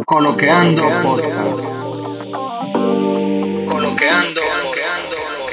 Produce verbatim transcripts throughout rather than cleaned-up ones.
Coloqueando Podcast. Coloqueando, coloqueando.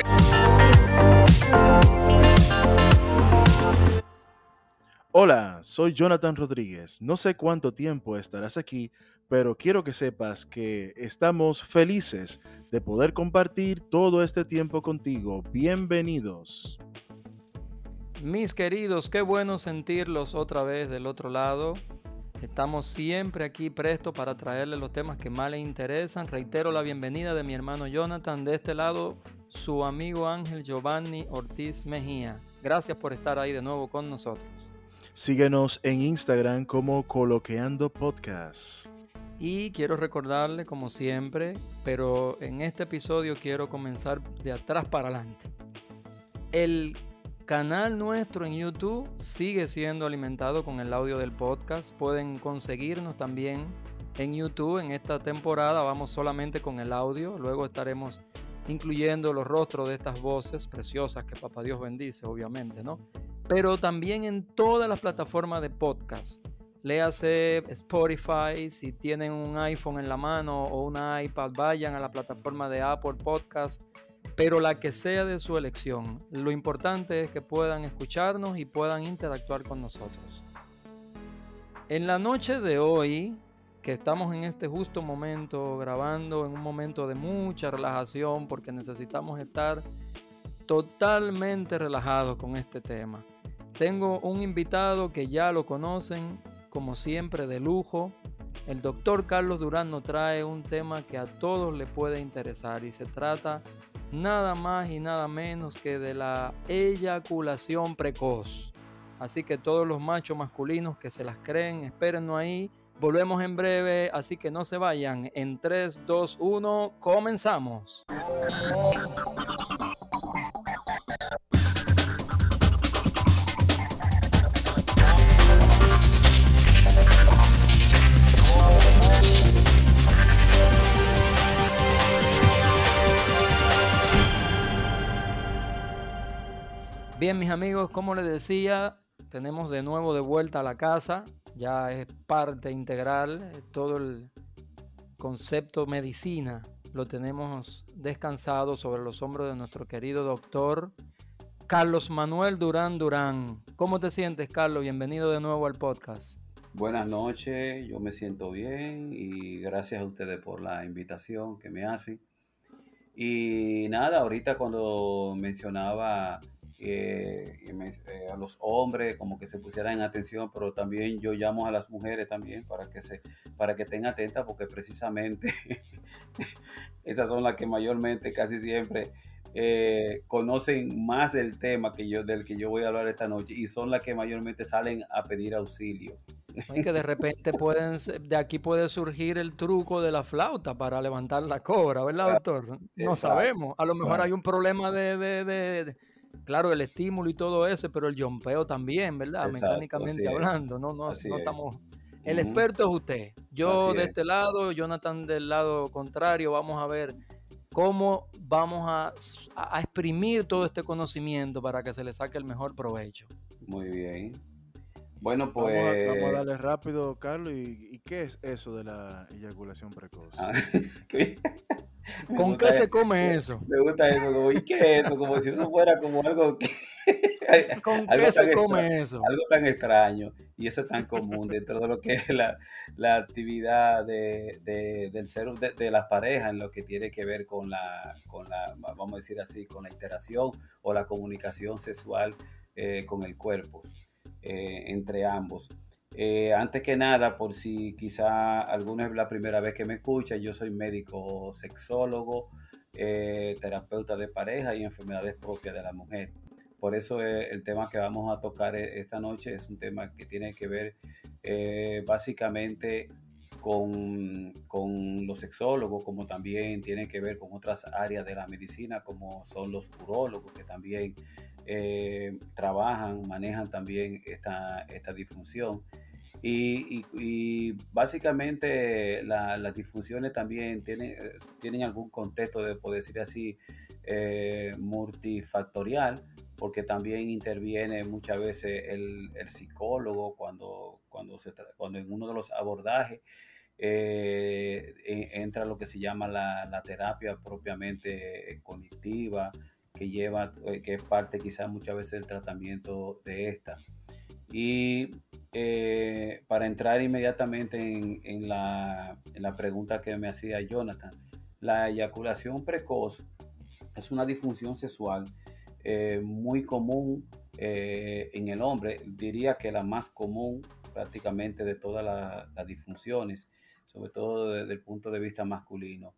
Hola, soy Jonathan Rodríguez. No sé cuánto tiempo estarás aquí, pero quiero que sepas que estamos felices de poder compartir todo este tiempo contigo. Bienvenidos. Mis queridos, qué bueno sentirlos otra vez del otro lado. Estamos siempre aquí prestos para traerles los temas que más les interesan. Reitero la bienvenida de mi hermano Jonathan. De este lado, su amigo Ángel Giovanni Ortiz Mejía. Gracias por estar ahí de nuevo con nosotros. Síguenos en Instagram como Coloqueando Podcast. Y quiero recordarle, como siempre, pero en este episodio quiero comenzar de atrás para adelante. El canal nuestro en YouTube sigue siendo alimentado con el audio del podcast. Pueden conseguirnos también en YouTube. En esta temporada vamos solamente con el audio. Luego estaremos incluyendo los rostros de estas voces preciosas que Papá Dios bendice, obviamente, ¿no? Pero también en todas las plataformas de podcast. Léase Spotify, si tienen un iPhone en la mano o una iPad, vayan a la plataforma de Apple Podcast, pero la que sea de su elección. Lo importante es que puedan escucharnos y puedan interactuar con nosotros. En la noche de hoy, que estamos en este justo momento grabando, en un momento de mucha relajación, porque necesitamos estar totalmente relajados con este tema. Tengo un invitado que ya lo conocen, como siempre, de lujo. El doctor Carlos Durán nos trae un tema que a todos les puede interesar y se trata nada más y nada menos que de la eyaculación precoz. Así que todos los machos masculinos que se las creen, espérennos ahí. Volvemos en breve, así que no se vayan. En tres, dos, uno, comenzamos. Bien, mis amigos, como les decía, tenemos de nuevo de vuelta a la casa. Ya es parte integral. Todo el concepto medicina lo tenemos descansado sobre los hombros de nuestro querido doctor Carlos Manuel Durán Durán. ¿Cómo te sientes, Carlos? Bienvenido de nuevo al podcast. Buenas noches, yo me siento bien y gracias a ustedes por la invitación que me hacen. Y nada, ahorita cuando mencionaba eh, y me- eh, a los hombres como que se pusieran en atención, pero también yo llamo a las mujeres también para que se, para que estén atentas porque precisamente esas son las que mayormente casi siempre eh, conocen más del tema que yo, del que yo voy a hablar esta noche y son las que mayormente salen a pedir auxilio. Y que de repente pueden, ser- de aquí puede surgir el truco de la flauta para levantar la cobra, ¿verdad, doctor? No Exacto. sabemos. A lo mejor Bueno, hay un problema de, de, de- de- claro, el estímulo y todo eso, pero el yompeo también, ¿verdad? exacto, así Mecánicamente es, hablando, no, no, así no es. estamos. El Ujú, experto es usted. Yo así de es. este lado, Jonathan del lado contrario. Vamos a ver cómo vamos a, a exprimir todo este conocimiento para que se le saque el mejor provecho. Muy bien. Bueno, Vamos a, vamos a pues, darle rápido, Carlos. ¿Y, y qué es eso de la eyaculación precoz? ah, que- me ¿Con gusta, qué se come eso? me gusta eso, como, ¿y qué es eso? Como si eso fuera como algo que, ¿Con algo qué tan se extra, come eso? algo tan extraño, y eso es tan común dentro de lo que es la, la actividad de, de- del ser, de, de las parejas en lo que tiene que ver con la, con la, vamos a decir así, con la interacción o la comunicación sexual eh, con el cuerpo eh, entre ambos. Eh, antes que nada, por si quizá alguna es la primera vez que me escucha, yo soy médico sexólogo, eh, terapeuta de pareja y enfermedades propias de la mujer. Por eso eh, el tema que vamos a tocar eh, esta noche es un tema que tiene que ver eh, básicamente con, con los sexólogos, como también tiene que ver con otras áreas de la medicina, como son los urólogos, que también eh, trabajan, manejan también esta, esta disfunción. Y, y- y básicamente la- las disfunciones también tienen, eh, tienen algún contexto, de, por decir así, eh, multifactorial, porque también interviene muchas veces el, el psicólogo cuando, cuando, se, tra- cuando en uno de los abordajes eh, en- entra lo que se llama la, la terapia propiamente cognitiva, que lleva, eh, que es parte quizás muchas veces del tratamiento de esta. Y eh, para entrar inmediatamente en, en la, en la pregunta que me hacía Jonathan, la eyaculación precoz es una disfunción sexual eh, muy común eh, en el hombre, diría que la más común prácticamente de todas la- las disfunciones, sobre todo desde el punto de vista masculino.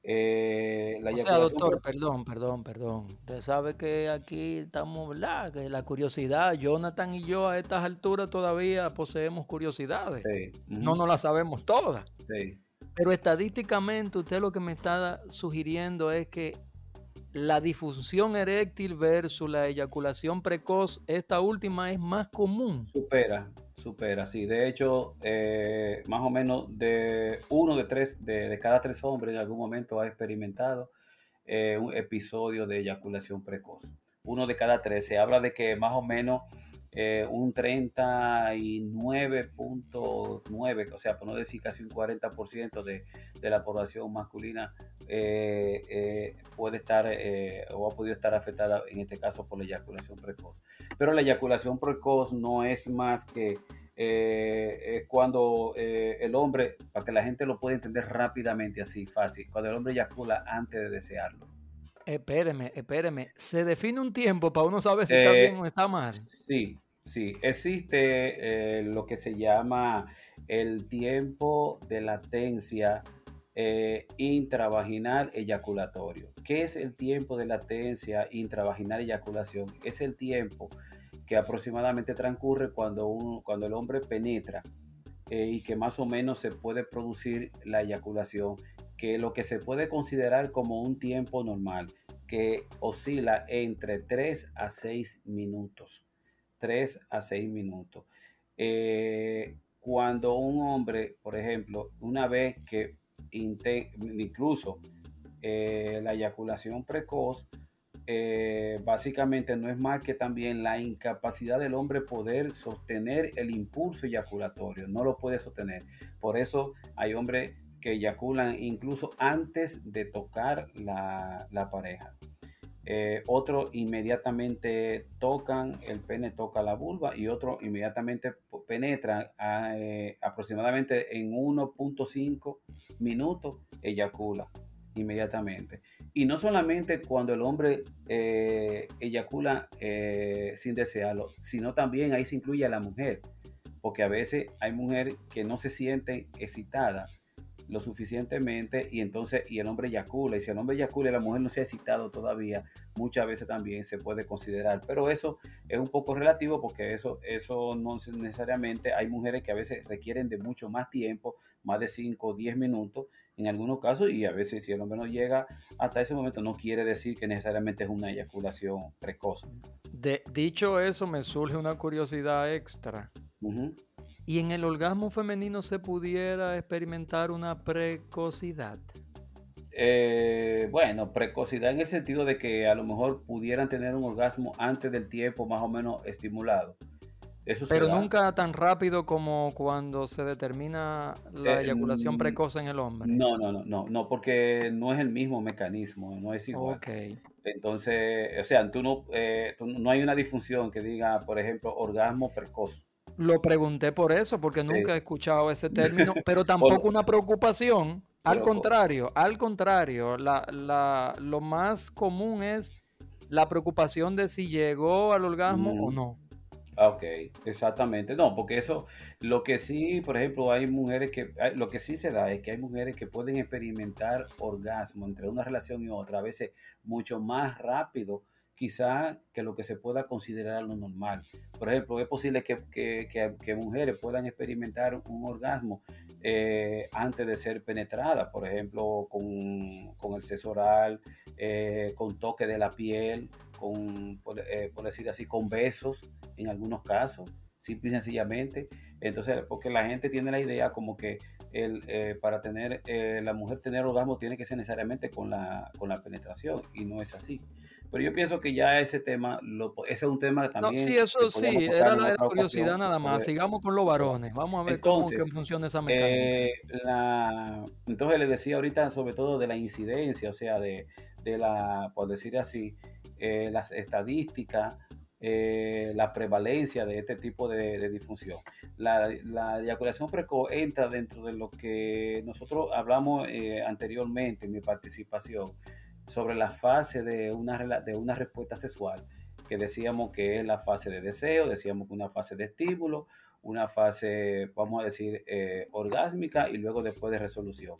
Eh, la O sea, eyaculación doctor, precoz, perdón, perdón, perdón. Usted sabe que aquí estamos, ¿verdad? Que la curiosidad, Jonathan y yo a estas alturas todavía poseemos curiosidades. sí, No ujú, nos las sabemos todas. sí. Pero estadísticamente usted lo que me está sugiriendo es que la disfunción eréctil versus la eyaculación precoz, esta última es más común. Supera, supera, sí. De hecho, eh, más o menos de uno de tres, de, de cada tres hombres en algún momento ha experimentado eh, un episodio de eyaculación precoz. Uno de cada tres. Se habla de que más o menos eh, un treinta y nueve punto nueve, o sea, por no decir casi un cuarenta por ciento de, de la población masculina eh, eh, puede estar eh, o ha podido estar afectada en este caso por la eyaculación precoz. Pero la eyaculación precoz no es más que eh, es cuando eh, el hombre, para que la gente lo pueda entender rápidamente, así fácil, cuando el hombre eyacula antes de desearlo. Espéreme, espéreme. Se define un tiempo para uno saber si está bien Eh, o está mal. sí, sí, existe eh, lo que se llama el tiempo de latencia eh, intravaginal eyaculatorio. ¿Qué es el tiempo de latencia intravaginal eyaculación? Es el tiempo que aproximadamente transcurre cuando, un, cuando el hombre penetra eh, y que más o menos se puede producir la eyaculación, que lo que se puede considerar como un tiempo normal, que oscila entre tres a seis minutos. tres a seis minutos. Eh, cuando un hombre, por ejemplo, una vez que incluso eh, la eyaculación precoz eh, básicamente no es más que también la incapacidad del hombre poder sostener el impulso eyaculatorio, no lo puede sostener. Por eso hay hombres que eyaculan incluso antes de tocar la, la pareja. Eh, otro inmediatamente tocan, el pene toca la vulva y otro inmediatamente penetra a, eh, aproximadamente en uno punto cinco minutos, eyacula inmediatamente. Y no solamente cuando el hombre eh, eyacula eh, sin desearlo, sino también ahí se incluye a la mujer, porque a veces hay mujeres que no se sienten excitadas lo suficientemente y entonces y el hombre eyacula, y si el hombre eyacula y la mujer no se ha excitado todavía, muchas veces también se puede considerar, pero eso es un poco relativo porque eso, eso no necesariamente, hay mujeres que a veces requieren de mucho más tiempo, más de cinco o diez minutos en algunos casos, y a veces si el hombre no llega hasta ese momento no quiere decir que necesariamente es una eyaculación precoz. De, dicho eso, me surge una curiosidad extra. Uh-huh. ¿Y en el orgasmo femenino se pudiera experimentar una precocidad? Eh, bueno, precocidad en el sentido de que a lo mejor pudieran tener un orgasmo antes del tiempo más o menos estimulado. Eso se Pero da. nunca tan rápido como cuando se determina la Eh, eyaculación mm, precoz en el hombre. no, no, no, no, no, porque no es el mismo mecanismo, no es igual. Ok. Entonces, o sea, tú no, eh, tú no hay una disfunción que diga, por ejemplo, orgasmo precoz. Lo pregunté por eso, porque Sí. nunca he escuchado ese término, pero O tampoco no, una preocupación. Al pero, co- contrario, al contrario, la, la- lo más común es la preocupación de si llegó al orgasmo o mm, no. ah, ok, exactamente. No, porque eso, lo que sí, por ejemplo, hay mujeres que, hay- lo que sí se da es que hay mujeres que pueden experimentar orgasmo entre una relación y otra, a veces mucho más rápido, quizá que lo que se pueda considerar lo normal. Por ejemplo, es posible que, que- que- que mujeres puedan experimentar un orgasmo eh, antes de ser penetradas, por ejemplo, con, con el sexo oral, eh, con toque de la piel, con, por, eh, por decir así, con besos en algunos casos. simple y sencillamente. Entonces, porque la gente tiene la idea como que el, eh, para tener, eh, la mujer tener orgasmo tiene que ser necesariamente con la, con la penetración, y no es así. Pero yo pienso que ya ese tema, lo, ese es un tema que No, sí, también que eso podríamos sí, tocar era, en la- era otra curiosidad ocasión. nada más. Sobre, Sigamos con los varones. Vamos a ver cómo que entonces, funciona esa mecánica. eh, la, entonces le decía ahorita sobre todo de la incidencia, o sea, de, de la, por decir así, eh, las estadísticas, eh, la prevalencia de este tipo de, de disfunción. La, la eyaculación precoz entra dentro de lo que nosotros hablamos eh, anteriormente en mi participación sobre la fase de una, de una respuesta sexual, que decíamos que es la fase de deseo, decíamos que una fase de estímulo, una fase, vamos a decir, eh, orgásmica, y luego después de resolución.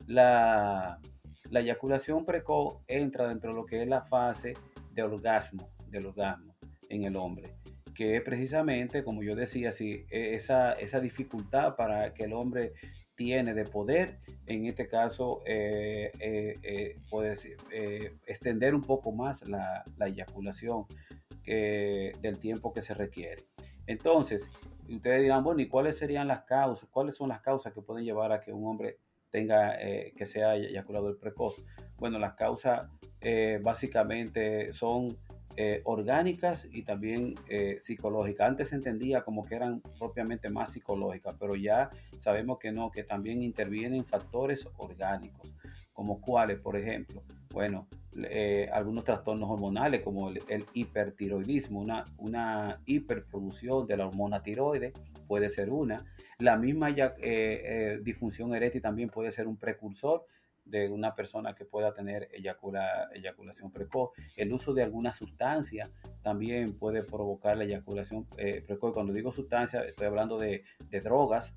La, la eyaculación precoz entra dentro de lo que es la fase de orgasmo, del orgasmo en el hombre, que es precisamente, como yo decía, sí, esa, esa dificultad para que el hombre tiene de poder, en este caso, eh, eh, eh, puede decir, eh, extender un poco más la, la eyaculación que, del tiempo que se requiere. Entonces, ustedes dirán, bueno, ¿y cuáles serían las causas? ¿Cuáles son las causas que pueden llevar a que un hombre tenga, eh, que sea eyaculador precoz? Bueno, las causas eh, básicamente son eh, orgánicas y también eh, psicológicas. Antes se entendía como que eran propiamente más psicológicas, pero ya sabemos que no, que también intervienen factores orgánicos, como cuáles, por ejemplo. Bueno, eh, algunos trastornos hormonales como el, el hipertiroidismo, una, una hiperproducción de la hormona tiroides puede ser una. La misma ya, eh, eh, disfunción eréctil también puede ser un precursor de una persona que pueda tener eyacula, eyaculación precoz. El uso de alguna sustancia también puede provocar la eyaculación eh, precoz. Cuando digo sustancia, estoy hablando de, de drogas,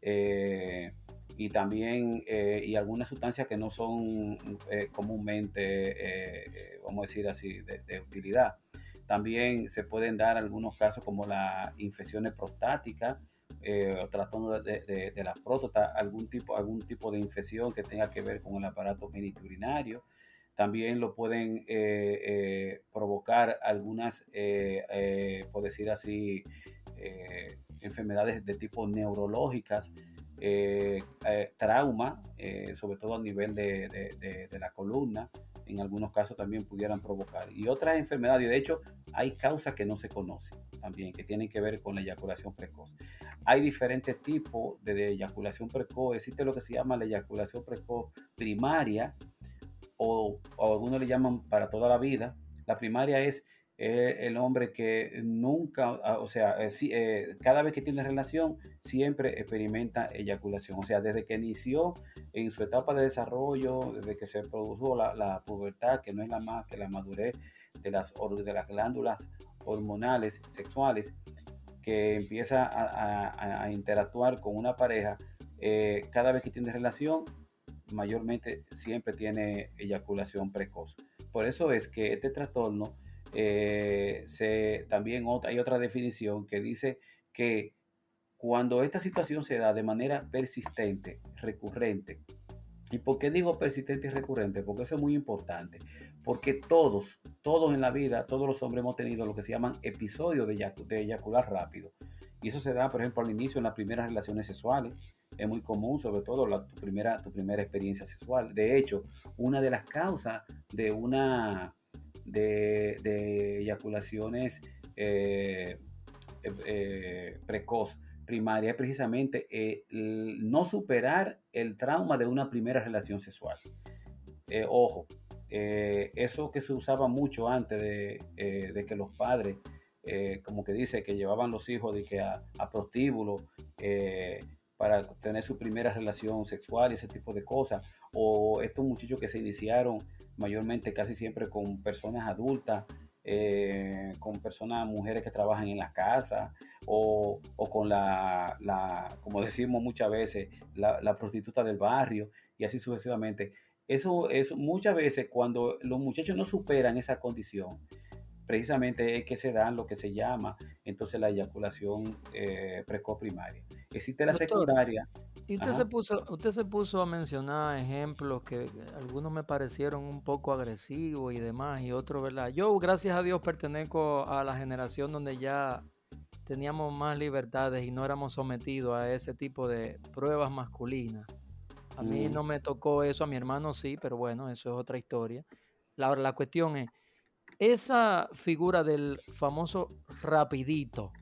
eh, y también eh, y algunas sustancias que no son eh, comúnmente, eh, vamos a decir así, de, de utilidad. También se pueden dar algunos casos como las infecciones prostáticas, eh, o trastorno de, de, de la próstata, algún tipo, algún tipo de infección que tenga que ver con el aparato genitourinario. También lo pueden eh, eh, provocar algunas, eh, eh, por decir así, eh, enfermedades de tipo neurológicas, eh, eh, trauma, eh, sobre todo a nivel de, de, de, de la columna, en algunos casos también pudieran provocar. Y otras enfermedades, de hecho, hay causas que no se conocen también, que tienen que ver con la eyaculación precoz. Hay diferentes tipos de, de eyaculación precoz. Existe lo que se llama la eyaculación precoz primaria, o, o algunos le llaman para toda la vida. La primaria es eh, el hombre que nunca, o sea, eh, si, eh, cada vez que tiene relación, siempre experimenta eyaculación. O sea, desde que inició en su etapa de desarrollo, desde que se produjo la, la pubertad, que no es la más que la madurez de las, de las glándulas hormonales sexuales, que empieza a, a, a interactuar con una pareja, eh, cada vez que tiene relación, mayormente siempre tiene eyaculación precoz. Por eso es que este trastorno, eh, se, también otra, hay otra definición que dice que cuando esta situación se da de manera persistente, recurrente. ¿Y por qué digo persistente y recurrente? Porque eso es muy importante. Porque todos, todos en la vida, todos los hombres hemos tenido lo que se llaman episodios de, eyac de eyacular rápido. Y eso se da, por ejemplo, al inicio en las primeras relaciones sexuales. Es muy común, sobre todo la, tu, primera, tu primera experiencia sexual. De hecho, una de las causas de una de, de eyaculaciones eh, eh, precoz primaria es precisamente eh, no superar el trauma de una primera relación sexual. Eh, ojo, eh, eso que se usaba mucho antes de, eh, de que los padres, eh, como que dice, que llevaban los hijos de que a, a prostíbulo, eh, para tener su primera relación sexual y ese tipo de cosas, o estos muchachos que se iniciaron mayormente casi siempre con personas adultas, eh, con personas, mujeres que trabajan en la casa, o, o con la, la, como decimos muchas veces, la, la prostituta del barrio, y así sucesivamente. Eso es muchas veces cuando los muchachos no superan esa condición, precisamente es que se dan lo que se llama entonces la eyaculación eh, precoz primaria. Existe la Doctor, secundaria. y usted se puso, usted se puso a mencionar ejemplos que algunos me parecieron un poco agresivos y demás, y otros, ¿verdad? Yo, gracias a Dios, pertenezco a la generación donde ya teníamos más libertades y no éramos sometidos a ese tipo de pruebas masculinas. A mí Mm. no me tocó eso, a mi hermano sí, pero bueno, eso es otra historia. La, la cuestión es, esa figura del famoso rapidito,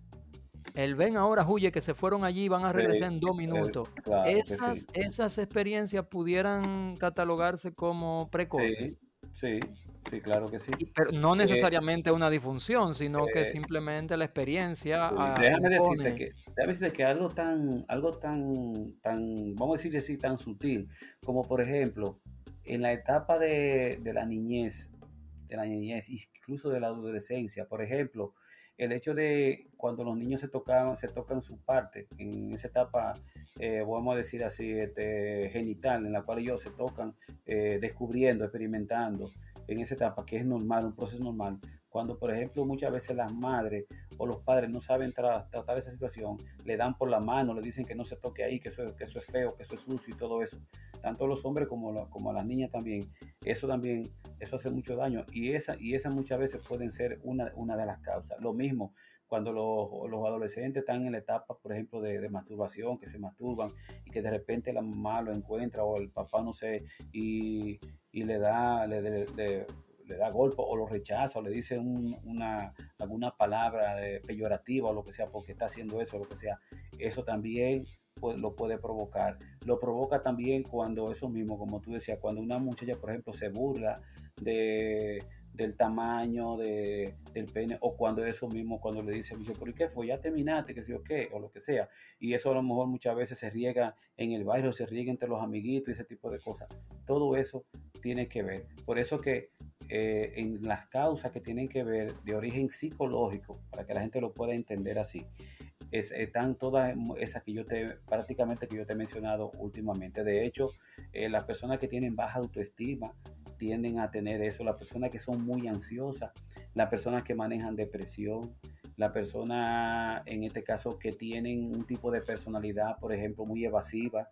el ven ahora, huye, que se fueron allí y van a regresar Sí, en dos eh, minutos. claro que Esas, sí. esas experiencias pudieran catalogarse como precoces. Sí, sí, sí, claro que sí. Y- pero no Eh, necesariamente una disfunción, sino que eh, simplemente la experiencia Sí, ah, déjame decirte impone. que, déjame decirte que algo tan, algo tan, tan, vamos a decir así, tan sutil, como por ejemplo, en la etapa de, de la niñez, de la niñez, incluso de la adolescencia, por ejemplo, el hecho de cuando los niños se tocan, se tocan su parte, en esa etapa, eh, vamos a decir así, este, genital, en la cual ellos se tocan, eh, descubriendo, experimentando, en esa etapa, que es normal, un proceso normal. Cuando, por ejemplo, muchas veces las madres o los padres no saben tra tratar esa situación, le dan por la mano, le dicen que no se toque ahí, que eso, que eso es feo, que eso es sucio y todo eso. Tanto los hombres como, la, como las niñas también. Eso también, eso hace mucho daño. Y esa, y esa muchas veces pueden ser una, una de las causas. Lo mismo cuando los, los adolescentes están en la etapa, por ejemplo, de, de masturbación, que se masturban y que de repente la mamá lo encuentra o el papá, no sé, y, y le da, le, le, le le da golpe o lo rechaza o le dice un, una, alguna palabra de peyorativa o lo que sea porque está haciendo eso o lo que sea, eso también pues, lo puede provocar. Lo provoca también cuando eso mismo, como tú decías, cuando una muchacha, por ejemplo, se burla de, del tamaño de, del pene o cuando eso mismo, cuando le dice, ¿por qué fue? Ya terminaste, que sé yo qué, o lo que sea. Y eso a lo mejor muchas veces se riega en el barrio, se riega entre los amiguitos y ese tipo de cosas. Todo eso tiene que ver. Por eso que eh, en las causas que tienen que ver de origen psicológico, para que la gente lo pueda entender así, es, están todas esas que yo te, prácticamente que yo te he mencionado últimamente. De hecho, eh, las personas que tienen baja autoestima tienden a tener eso, las personas que son muy ansiosas, las personas que manejan depresión, las personas en este caso que tienen un tipo de personalidad, por ejemplo, muy evasiva,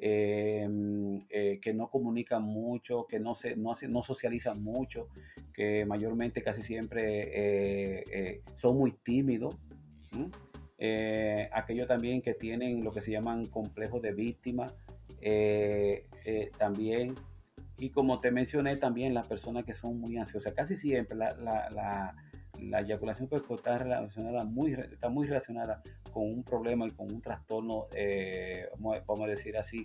eh, eh, que no comunican mucho, que no, se, no, no socializan mucho, que mayormente casi siempre eh, eh, son muy tímidos. ¿Mm? Eh, aquellos también que tienen lo que se llaman complejos de víctima, eh, eh, también, y como te mencioné también las personas que son muy ansiosas, casi siempre la, la, la, la eyaculación precoz está relacionada muy, está muy relacionada con un problema y con un trastorno, eh, vamos a decir así,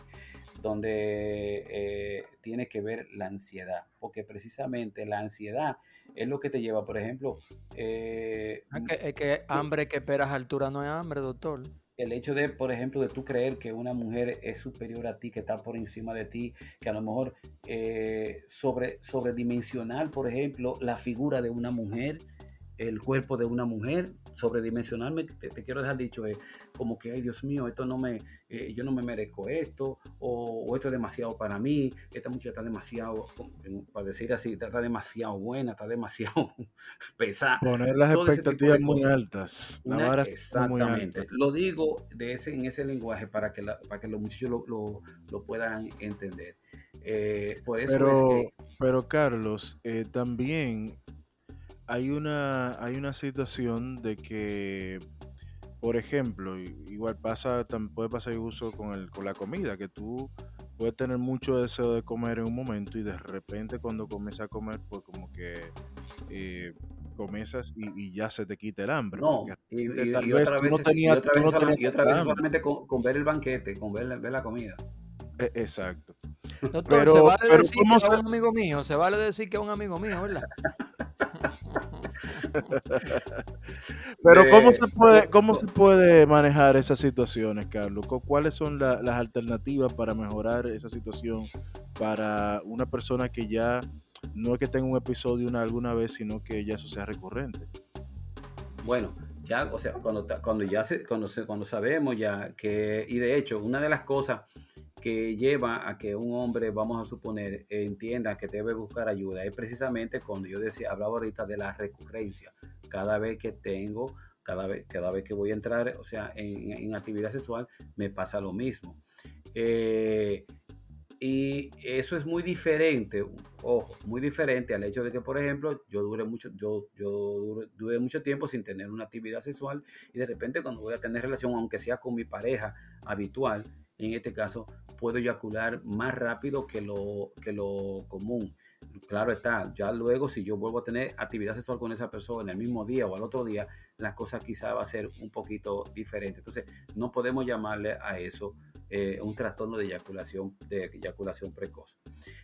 donde eh, tiene que ver la ansiedad, porque precisamente la ansiedad es lo que te lleva, por ejemplo, eh, Es que, es que hambre que esperas a altura no es hambre, doctor. el hecho de, por ejemplo, de tú creer que una mujer es superior a ti, que está por encima de ti, que a lo mejor eh, sobre, sobredimensionar, por ejemplo, la figura de una mujer, el cuerpo de una mujer, sobredimensionarme, te, te quiero dejar dicho, eh, como que, ay Dios mío, esto no me, eh, yo no me merezco esto, o, o, esto es demasiado para mí, esta muchacha está demasiado, para decir así, está, está demasiado buena, está demasiado pesada, Poner las todo ese tipo expectativas de muy cosas. altas. La Una, vara está muy alta. exactamente. Lo digo de ese, en ese lenguaje para que, la, para que los muchachos lo, lo, lo puedan entender. Eh, por eso es Pero, que... pero Carlos, eh, también hay una, hay una situación de que, por ejemplo, igual pasa, puede pasar incluso con, el, con la comida, que tú puedes tener mucho deseo de comer en un momento y de repente cuando comienzas a comer, pues como que eh, comienzas y, y ya se te quita el hambre, porque No, y, y, tal y vez otra tú no vez, y tenías, otra tú vez, no tenías y otra vez tanta hambre. solamente con, con ver el banquete, con ver, ver la comida. E- exacto. Doctor, se Pero, vale pero decir que ¿cómo a se, un amigo mío, se vale decir que a un amigo mío, ¿verdad? pero cómo De, se puede, co, cómo se co, puede manejar esas situaciones, Carlos? ¿Cu- ¿Cuáles son la- las alternativas para mejorar esa situación para una persona que ya no es que tenga un episodio una alguna vez, sino que ya eso sea recurrente? bueno, ya, o sea, cuando, cuando ya se, cuando, se, cuando sabemos ya que, y de hecho, una de las cosas que lleva a que un hombre, vamos a suponer, entienda que debe buscar ayuda, es precisamente cuando yo decía, hablaba ahorita de la recurrencia. Cada vez que tengo, cada vez, cada vez que voy a entrar, o sea, en, en actividad sexual, me pasa lo mismo. Eh, Y eso es muy diferente, ojo, muy diferente al hecho de que, por ejemplo, yo dure mucho, yo, yo dure, dure mucho tiempo sin tener una actividad sexual y de repente cuando voy a tener relación, aunque sea con mi pareja habitual, en este caso, puedo eyacular más rápido que lo, que lo común. Claro está, ya luego si yo vuelvo a tener actividad sexual con esa persona el mismo día o al otro día, la cosa quizá va a ser un poquito diferente. Entonces, no podemos llamarle a eso eh, un trastorno de eyaculación, de eyaculación precoz.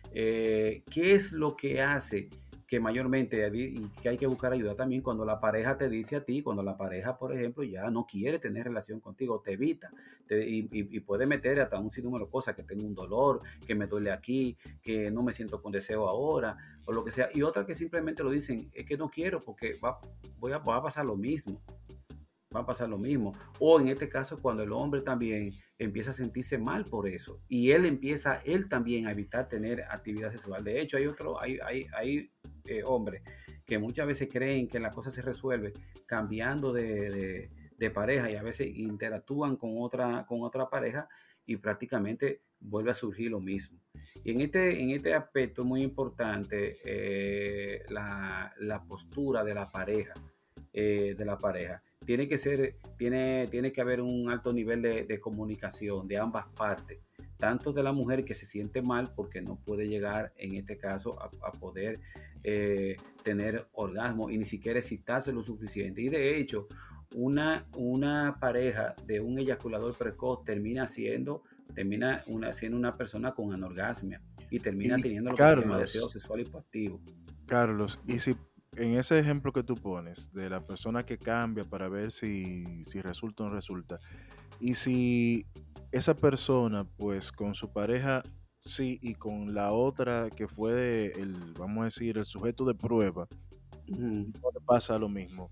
Eh, ¿Qué es lo que hace que mayormente y que hay que buscar ayuda también cuando la pareja te dice a ti, cuando la pareja, por ejemplo, ya no quiere tener relación contigo, te evita te, y, y, y puede meter hasta un sinnúmero de cosas, que tengo un dolor, que me duele aquí, que no me siento con deseo ahora, o lo que sea, y otras que simplemente lo dicen, es que no quiero porque va, voy a, va a pasar lo mismo. Va a pasar lo mismo. O en este caso, cuando el hombre también empieza a sentirse mal por eso y él empieza, él también a evitar tener actividad sexual. De hecho, hay otro, hay, hay, hay eh, hombres que muchas veces creen que la cosa se resuelve cambiando de, de, de pareja y a veces interactúan con otra, con otra pareja y prácticamente vuelve a surgir lo mismo. Y en este, en este aspecto muy importante, eh, la, la postura de la pareja, eh, de la pareja tiene que ser, tiene, tiene que haber un alto nivel de, de comunicación de ambas partes, tanto de la mujer que se siente mal porque no puede llegar, en este caso, a, a poder eh, tener orgasmo y ni siquiera excitarse lo suficiente. Y de hecho, una, una pareja de un eyaculador precoz termina siendo, termina una, siendo una persona con anorgasmia y termina Y teniendo lo que se llama deseo Carlos, sexual hipoactivo. Carlos, y si en ese ejemplo que tú pones de la persona que cambia para ver si, si resulta o no resulta, y si esa persona, pues con su pareja sí, y con la otra que fue de el, vamos a decir, el sujeto de prueba, Ujú. no le pasa lo mismo.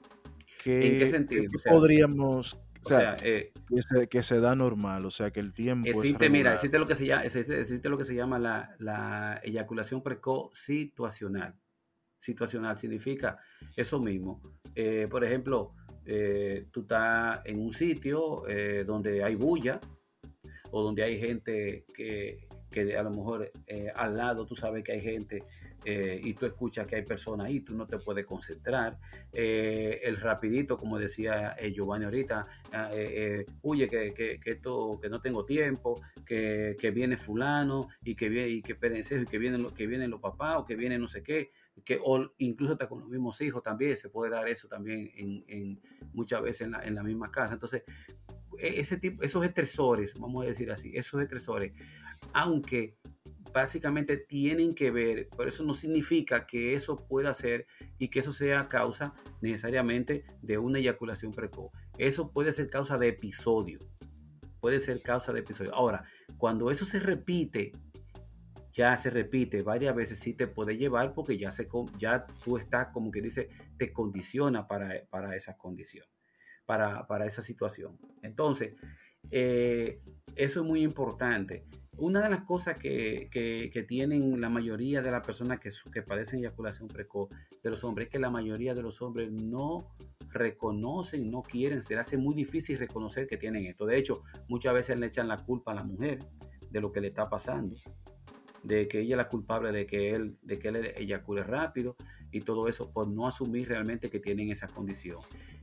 ¿En qué ¿Qué, qué- sentido? qué O sea, podríamos, o o sea, sea, eh, que se, que se da normal, o sea, que el tiempo es existe, mira, regular? existe lo que se llama, existe, existe lo que se llama la, la eyaculación precoz situacional. Situacional significa eso mismo. Eh, por ejemplo, eh, tú estás en un sitio eh, donde hay bulla o donde hay gente que, que a lo mejor eh, al lado tú sabes que hay gente eh, y tú escuchas que hay personas ahí, tú no te puedes concentrar. Eh, el rapidito, como decía eh, Giovanni ahorita, ah, eh, eh, huye que, que, que, esto, que no tengo tiempo, que, que viene fulano y que viene y que espérense, y que vienen los que vienen los papás o que vienen no sé qué, que o incluso hasta con los mismos hijos también se puede dar eso también en, en muchas veces en la, en la misma casa. Entonces, ese tipo, esos estresores, vamos a decir así, esos estresores, aunque básicamente tienen que ver, pero eso no significa que eso pueda ser y que eso sea causa necesariamente de una eyaculación precoz. Eso puede ser causa de episodio, puede ser causa de episodio. Ahora, cuando eso se repite, ya se repite varias veces, sí te puede llevar porque ya, se, ya tú estás, como que dice, te condiciona para, para esa condición, para, para esa situación. Entonces, eh, eso es muy importante. Una de las cosas que, que, que tienen la mayoría de las personas que, que padecen eyaculación precoz de los hombres es que la mayoría de los hombres no reconocen, no quieren, se les hace muy difícil reconocer que tienen esto. De hecho, muchas veces le echan la culpa a la mujer de lo que le está pasando, de que ella es la culpable de que él, de que él eyacule rápido y todo eso por no asumir realmente que tienen esa condición.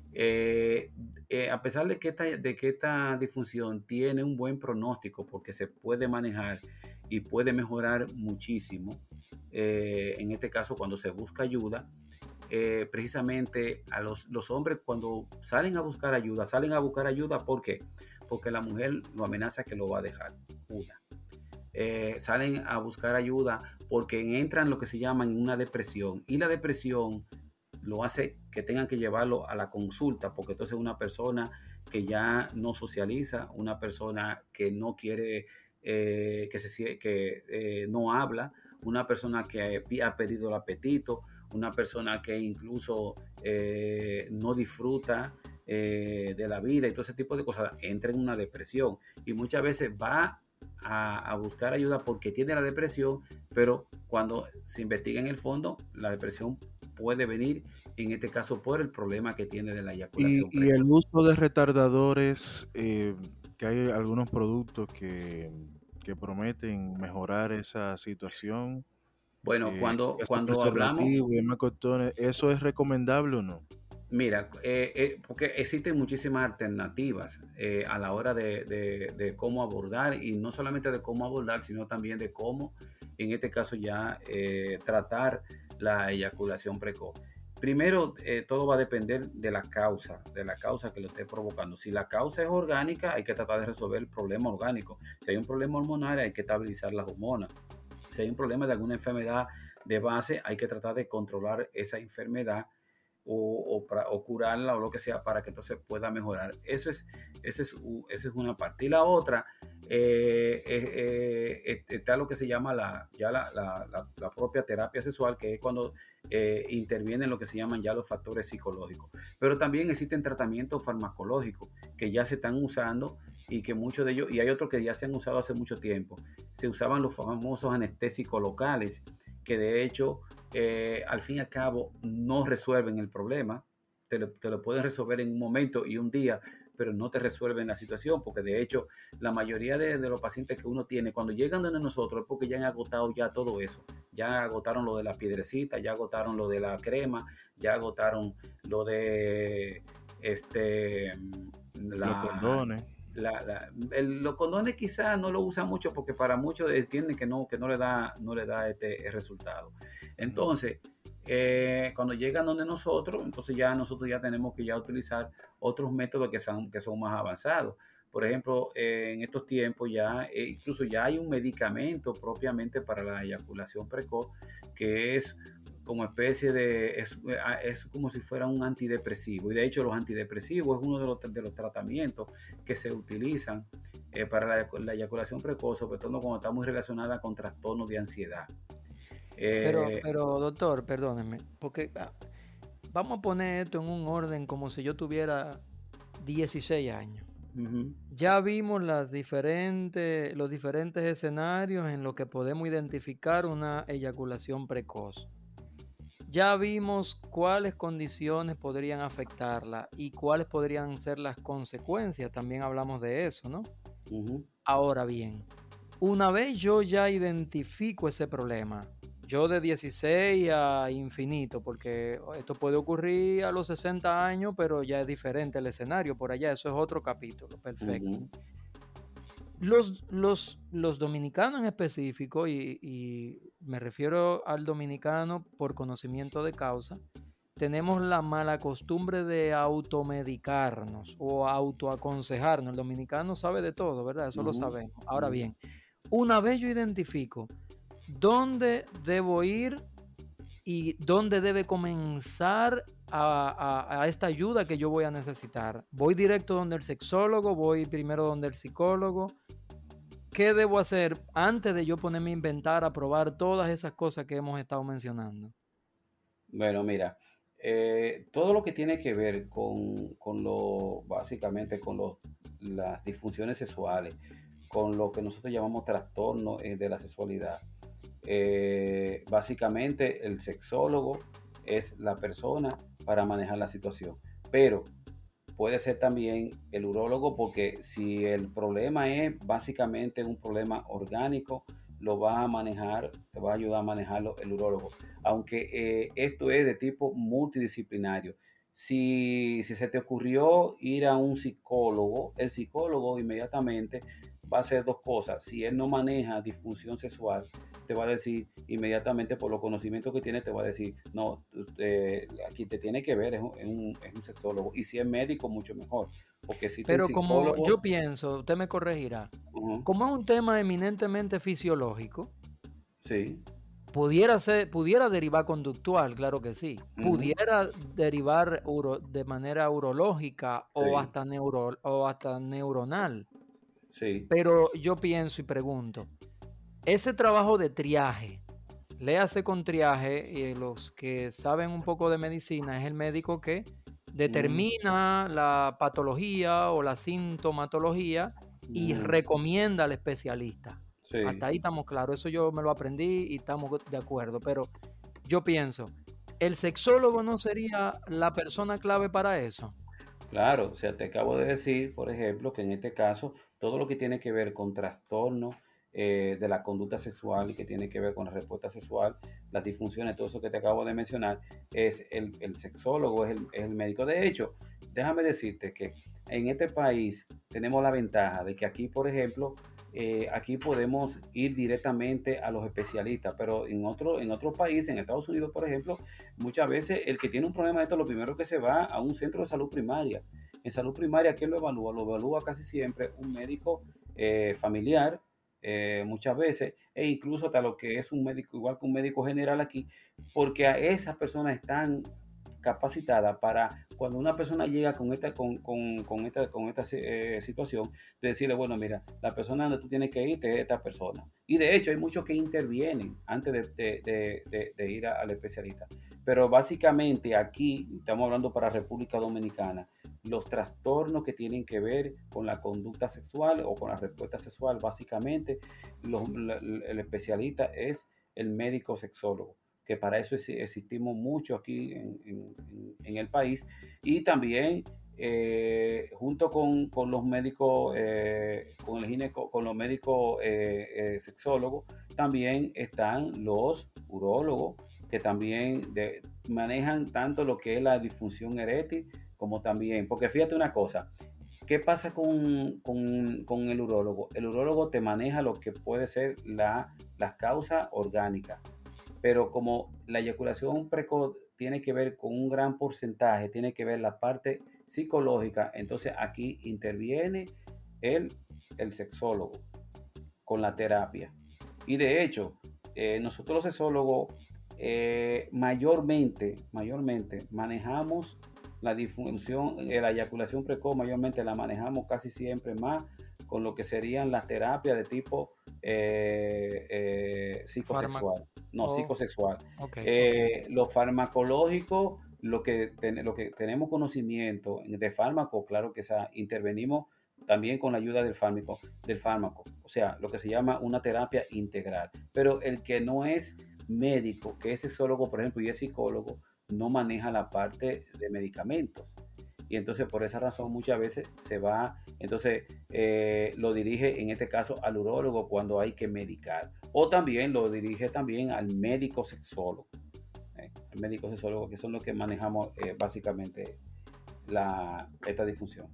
Eh, eh, a pesar de que, esta, de que esta disfunción tiene un buen pronóstico porque se puede manejar y puede mejorar muchísimo, eh, en este caso cuando se busca ayuda, eh, precisamente a los, los hombres cuando salen a buscar ayuda, salen a buscar ayuda ¿por qué? Porque la mujer lo amenaza que lo va a dejar, una. Eh, salen a buscar ayuda porque entran lo que se llama en una depresión y la depresión lo hace que tengan que llevarlo a la consulta porque entonces una persona que ya no socializa, una persona que no quiere, eh, que, se, que eh, no habla, una persona que ha perdido el apetito, una persona que incluso eh, no disfruta eh, de la vida y todo ese tipo de cosas, entra en una depresión y muchas veces va a, a buscar ayuda porque tiene la depresión, pero cuando se investiga en el fondo, la depresión puede venir, en este caso, por el problema que tiene de la eyaculación Y, y el precoz. uso de retardadores, eh, que hay algunos productos que que prometen mejorar esa situación, Bueno, eh, cuando, ese cuando hablamos, preservativo y demás cuestiones, ¿eso es recomendable o no? mira, eh, eh, porque existen muchísimas alternativas eh, a la hora de, de- de cómo abordar, y no solamente de cómo abordar, sino también de cómo, en este caso ya, eh, tratar la eyaculación precoz. Primero, eh, todo va a depender de la causa, de la causa que lo esté provocando. Si la causa es orgánica, hay que tratar de resolver el problema orgánico. Si hay un problema hormonal, hay que estabilizar las hormonas. Si hay un problema de alguna enfermedad de base, hay que tratar de controlar esa enfermedad o, o, para, o curarla o lo que sea para que entonces pueda mejorar. Eso es, ese es, esa es una parte. Y la otra, eh, eh, eh, está lo que se llama la, ya la, la, la, la propia terapia sexual, que es cuando eh, intervienen lo que se llaman ya los factores psicológicos. Pero también existen tratamientos farmacológicos que ya se están usando y que muchos de ellos, y hay otros que ya se han usado hace mucho tiempo. Se usaban los famosos anestésicos locales, que de hecho eh, al fin y al cabo no resuelven el problema, te lo, te lo pueden resolver en un momento y un día, pero no te resuelven la situación, porque de hecho la mayoría de, de los pacientes que uno tiene cuando llegan donde nosotros es porque ya han agotado ya todo eso, ya agotaron lo de la piedrecita, ya agotaron lo de la crema, ya agotaron lo de este Los la, condones. la, la, el, los condones quizás no lo usan mucho porque para muchos entienden que no, que no le da, no le da este resultado. Entonces, eh, cuando llegan donde nosotros, entonces ya nosotros ya tenemos que ya utilizar otros métodos que son, que son más avanzados. Por ejemplo, eh, en estos tiempos ya, eh, incluso ya hay un medicamento propiamente para la eyaculación precoz, que es como especie de, es, es como si fuera un antidepresivo. Y de hecho los antidepresivos es uno de los, de los tratamientos que se utilizan eh, para la, la eyaculación precoz, sobre todo cuando está muy relacionada con trastornos de ansiedad. Pero, Eh, pero doctor, perdóneme, porque ah, vamos a poner esto en un orden como si yo tuviera dieciséis años. uh-huh. Ya vimos las diferentes, los diferentes escenarios en los que podemos identificar una eyaculación precoz. Ya vimos cuáles condiciones podrían afectarla y cuáles podrían ser las consecuencias. También hablamos de eso, ¿no? Uh-huh. Ahora bien, una vez yo ya identifico ese problema, yo de dieciséis a infinito, porque esto puede ocurrir a los sesenta años, pero ya es diferente el escenario por allá, eso es otro capítulo, perfecto. Uh-huh. Los, los, los dominicanos en específico, y, y me refiero al dominicano por conocimiento de causa, tenemos la mala costumbre de automedicarnos o autoaconsejarnos. El dominicano sabe de todo, ¿verdad? Eso uh-huh. lo sabemos. Ahora uh-huh. bien, una vez yo identifico dónde debo ir y dónde debe comenzar a, a, a esta ayuda que yo voy a necesitar, voy directo donde el sexólogo, voy primero donde el psicólogo. ¿Qué debo hacer antes de yo ponerme a inventar, a probar todas esas cosas que hemos estado mencionando? Bueno, mira, eh, todo lo que tiene que ver con, con lo, básicamente con los, las disfunciones sexuales, con lo que nosotros llamamos trastorno eh, de la sexualidad, eh, básicamente el sexólogo es la persona para manejar la situación, pero puede ser también el urólogo, porque si el problema es básicamente un problema orgánico, lo va a manejar, te va a ayudar a manejarlo el urólogo, aunque eh, esto es de tipo multidisciplinario. Si, si se te ocurrió ir a un psicólogo, el psicólogo inmediatamente va a hacer dos cosas. Si él no maneja disfunción sexual, te va a decir inmediatamente, por los conocimientos que tiene, te va a decir, no, eh, aquí te tiene que ver, es un, es, un, es un sexólogo. Y si es médico, mucho mejor. Porque si Pero como psicólogo, yo pienso, usted me corregirá, uh-huh. como es un tema eminentemente fisiológico, sí. pudiera ser, pudiera derivar conductual, claro que sí. Uh-huh. Pudiera derivar uro, de manera urológica sí. o, hasta neuro, o hasta neuronal. Sí. Pero yo pienso y pregunto, ese trabajo de triaje, léase con triaje, y los que saben un poco de medicina, es el médico que determina mm. la patología o la sintomatología mm. y recomienda al especialista. Sí. Hasta ahí estamos claros, eso yo me lo aprendí y estamos de acuerdo, pero yo pienso, ¿el sexólogo no sería la persona clave para eso? Claro, o sea, te acabo de decir, por ejemplo, que en este caso, todo lo que tiene que ver con trastorno eh, de la conducta sexual y que tiene que ver con la respuesta sexual, las disfunciones, todo eso que te acabo de mencionar, es el, el sexólogo, es el, es el médico. De hecho, déjame decirte que en este país tenemos la ventaja de que aquí, por ejemplo, eh, aquí podemos ir directamente a los especialistas, pero en otro, en otros países, en Estados Unidos, por ejemplo, muchas veces el que tiene un problema de esto, lo primero que se va a un centro de salud primaria. En salud primaria, ¿quién lo evalúa? Lo evalúa casi siempre un médico eh, familiar, eh, muchas veces, e incluso hasta lo que es un médico, igual que un médico general aquí, porque a esas personas están capacitada para cuando una persona llega con esta, con, con, con esta, con esta eh, situación, de decirle, bueno, mira, la persona donde tú tienes que ir es esta persona. Y de hecho hay muchos que intervienen antes de, de, de, de, de ir a, al especialista. Pero básicamente aquí, estamos hablando para República Dominicana, los trastornos que tienen que ver con la conducta sexual o con la respuesta sexual, básicamente los, la, el especialista es el médico sexólogo, que para eso existimos mucho aquí en, en, en el país, y también eh, junto con, con los médicos, eh, con, el gineco, con los médicos eh, eh, sexólogos, también están los urólogos, que también de, manejan tanto lo que es la disfunción eréctil, como también, porque fíjate una cosa, ¿qué pasa con, con, con el urólogo? El urólogo te maneja lo que puede ser la, las causas orgánicas, pero como la eyaculación precoz tiene que ver con un gran porcentaje, tiene que ver la parte psicológica, entonces aquí interviene el, el sexólogo con la terapia. Y de hecho, eh, nosotros los sexólogos eh, mayormente, mayormente manejamos la disfunción, eh, la eyaculación precoz, mayormente la manejamos casi siempre más con lo que serían las terapias de tipo eh, eh, psicosexual. Farmac no, oh, psicosexual. Okay, eh, okay. Lo farmacológico, lo que, ten, lo que tenemos conocimiento de fármaco, claro que esa, intervenimos también con la ayuda del fármaco, del fármaco, o sea, lo que se llama una terapia integral. Pero el que no es médico, que es sexólogo, por ejemplo, y es psicólogo, no maneja la parte de medicamentos. Y entonces por esa razón muchas veces se va, entonces eh, lo dirige en este caso al urólogo cuando hay que medicar, o también lo dirige también al médico sexólogo, eh, al médico sexólogo, que son los que manejamos eh, básicamente la, esta disfunción.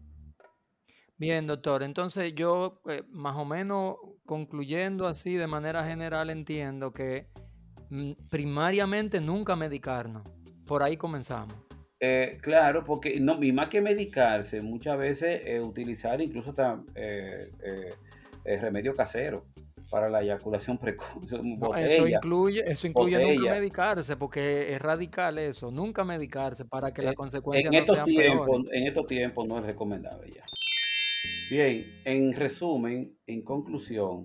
Bien, doctor, entonces yo eh, más o menos concluyendo así de manera general entiendo que mm, primariamente nunca medicarnos, por ahí comenzamos. Eh, claro, porque no, y más que medicarse, muchas veces eh, utilizar incluso hasta eh, eh, eh, remedio casero para la eyaculación precoz. No, eso incluye, eso incluye nunca medicarse, porque es radical eso, nunca medicarse para que eh, las consecuencias no sean tiempos, peores. En estos tiempos no es recomendable ya. Bien, en resumen, en conclusión,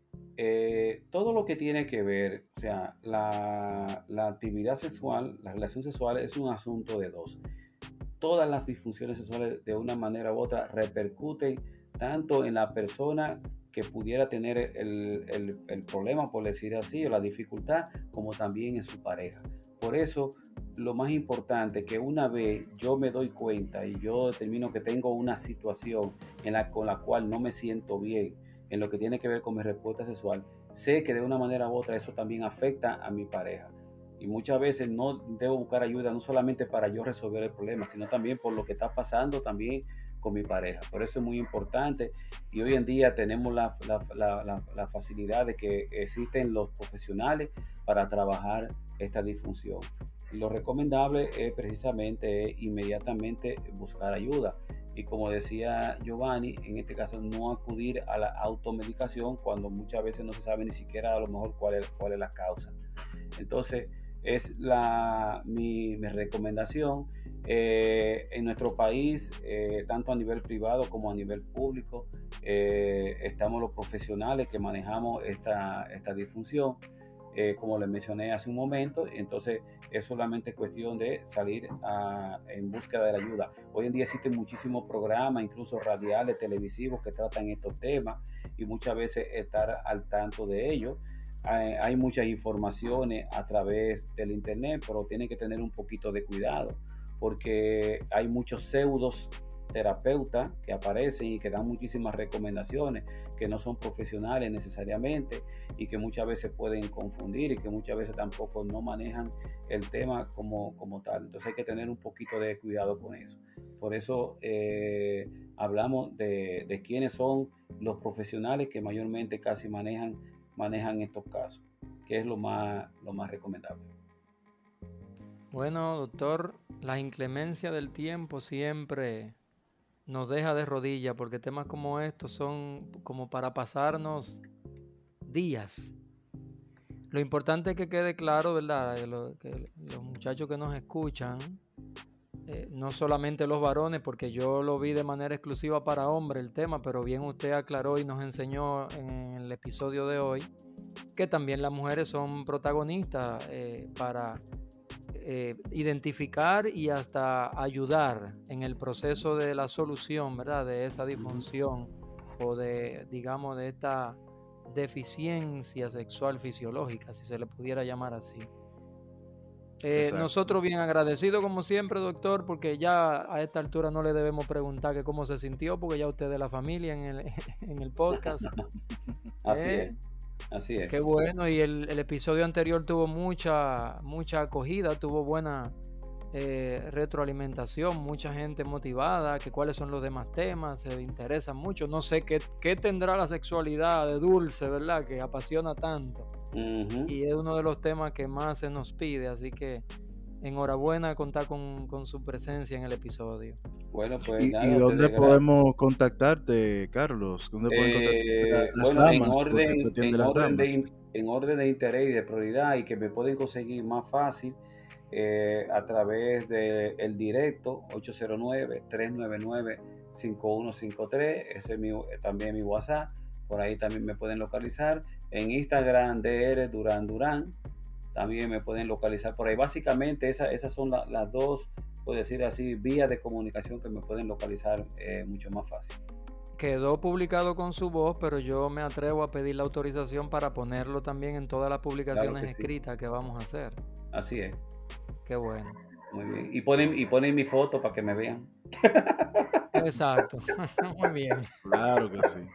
Eh, todo lo que tiene que ver, o sea, la, la actividad sexual, la relación sexual es un asunto de dos. Todas las disfunciones sexuales de una manera u otra repercuten tanto en la persona que pudiera tener el, el, el problema, por decir así, o la dificultad, como también en su pareja. Por eso, lo más importante es que una vez yo me doy cuenta y yo determino que tengo una situación en la, con la cual no me siento bien, en lo que tiene que ver con mi respuesta sexual, sé que de una manera u otra eso también afecta a mi pareja. Y muchas veces no debo buscar ayuda, no solamente para yo resolver el problema, sino también por lo que está pasando también con mi pareja. Por eso es muy importante. Y hoy en día tenemos la, la, la, la, la facilidad de que existen los profesionales para trabajar esta disfunción. Y lo recomendable es precisamente inmediatamente buscar ayuda. Y como decía Giovanni, en este caso no acudir a la automedicación cuando muchas veces no se sabe ni siquiera a lo mejor cuál es, cuál es la causa. Entonces es la, mi, mi recomendación. Eh, en nuestro país, eh, tanto a nivel privado como a nivel público, eh, estamos los profesionales que manejamos esta, esta disfunción. Eh, como les mencioné hace un momento, entonces es solamente cuestión de salir a, en búsqueda de la ayuda. Hoy en día existen muchísimos programas, incluso radiales, televisivos, que tratan estos temas y muchas veces estar al tanto de ellos. Hay, hay muchas informaciones a través del internet, pero tienen que tener un poquito de cuidado porque hay muchos pseudos terapeutas que aparecen y que dan muchísimas recomendaciones, que no son profesionales necesariamente y que muchas veces pueden confundir y que muchas veces tampoco no manejan el tema como, como tal. Entonces hay que tener un poquito de cuidado con eso. Por eso eh, hablamos de, de quiénes son los profesionales que mayormente casi manejan, manejan estos casos, que es lo más, lo más recomendable. Bueno, doctor, la inclemencia del tiempo siempre nos deja de rodillas, porque temas como estos son como para pasarnos días. Lo importante es que quede claro, ¿verdad? Que, lo, que los muchachos que nos escuchan, eh, no solamente los varones, porque yo lo vi de manera exclusiva para hombres el tema, pero bien usted aclaró y nos enseñó en el episodio de hoy que también las mujeres son protagonistas eh, para eh, identificar y hasta ayudar en el proceso de la solución, ¿verdad? De esa disfunción o de, digamos, de esta deficiencia sexual fisiológica, si se le pudiera llamar así. Eh, nosotros bien agradecidos como siempre, doctor, porque ya a esta altura no le debemos preguntar que cómo se sintió, porque ya usted es de la familia en el, en el podcast. Así eh, es. Así es. Qué bueno, y el, el episodio anterior tuvo mucha, mucha acogida, tuvo buena eh, retroalimentación, mucha gente motivada, que cuáles son los demás temas, se interesan mucho. No sé qué, qué tendrá la sexualidad de Dulce, ¿verdad? Que apasiona tanto. Uh-huh. Y es uno de los temas que más se nos pide, así que enhorabuena contar con, con su presencia en el episodio. Bueno, pues ¿Y, nada, ¿y dónde podemos contactarte, Carlos? ¿Dónde pueden eh, contactarte las bueno, damas, en orden, en, las orden damas? de, en orden de interés y de prioridad, y que me pueden conseguir más fácil eh, a través del de directo ocho cero nueve, tres nueve nueve, cinco uno cinco tres. Ese es mi, también mi WhatsApp. Por ahí también me pueden localizar. En Instagram, D R Durán Durán. También me pueden localizar por ahí. Básicamente esa, esas son la, las dos, puedo decir así, vías de comunicación que me pueden localizar eh, mucho más fácil. Quedó publicado con su voz, pero yo me atrevo a pedir la autorización para ponerlo también en todas las publicaciones claro que escritas sí. que vamos a hacer. Así es. Qué bueno. Muy bien. Y ponen, y ponen mi foto para que me vean. Exacto. Muy bien. Claro que sí.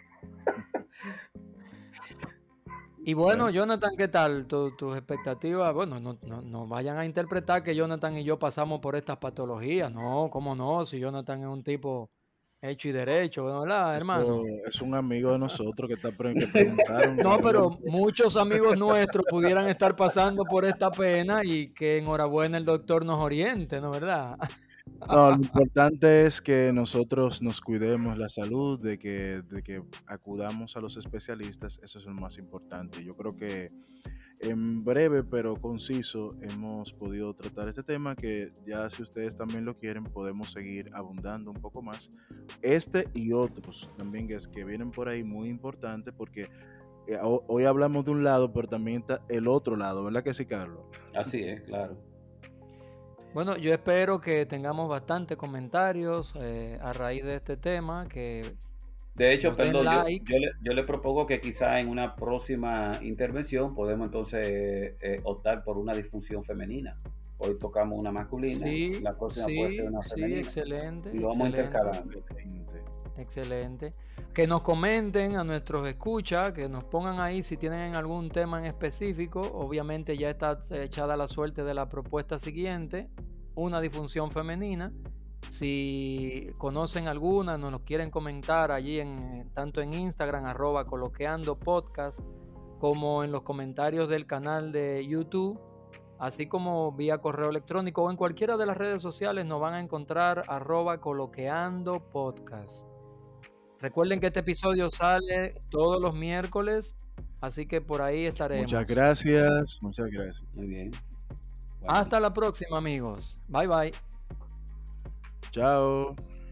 Y bueno, bueno, Jonathan, ¿qué tal? ¿Tus tu expectativas? Bueno, no, no, no vayan a interpretar que Jonathan y yo pasamos por estas patologías. No, cómo no, si Jonathan es un tipo hecho y derecho, ¿verdad, hermano? Es, es un amigo de nosotros que, está, que preguntaron. No, pero muchos amigos nuestros pudieran estar pasando por esta pena y que enhorabuena el doctor nos oriente, ¿no, verdad? No, lo importante es que nosotros nos cuidemos la salud, de que, de que acudamos a los especialistas, eso es lo más importante. Yo creo que en breve pero conciso hemos podido tratar este tema, que ya si ustedes también lo quieren podemos seguir abundando un poco más. Este y otros también que, es, que vienen por ahí muy importantes, porque eh, hoy hablamos de un lado, pero también está el otro lado, ¿verdad que sí, Carlos? Así es, claro. Bueno, yo espero que tengamos bastantes comentarios eh, a raíz de este tema. Que de hecho, perdón, like. yo, yo, le, yo le propongo que quizá en una próxima intervención podemos entonces eh, optar por una disfunción femenina. Hoy tocamos una masculina, sí, la próxima sí, puede ser una femenina. Sí, excelente. Y lo vamos excelente, intercalando. Excelente. Que nos comenten a nuestros escuchas, que nos pongan ahí si tienen algún tema en específico. Obviamente ya está echada la suerte de la propuesta siguiente, una disfunción femenina. Si conocen alguna, nos lo quieren comentar allí en tanto en Instagram, arroba coloqueando podcast, como en los comentarios del canal de YouTube, así como vía correo electrónico o en cualquiera de las redes sociales nos van a encontrar arroba coloqueando podcast. Recuerden que este episodio sale todos los miércoles, así que por ahí estaremos. Muchas gracias, muchas gracias. Muy bien. Bueno. Hasta la próxima, amigos. Bye, bye. Chao.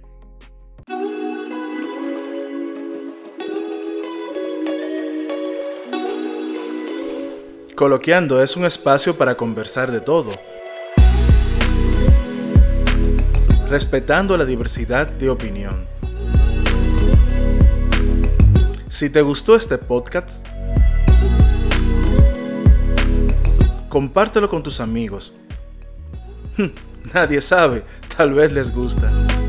Coloqueando es un espacio para conversar de todo, respetando la diversidad de opinión. Si te gustó este podcast, compártelo con tus amigos. Nadie sabe, tal vez les gusta.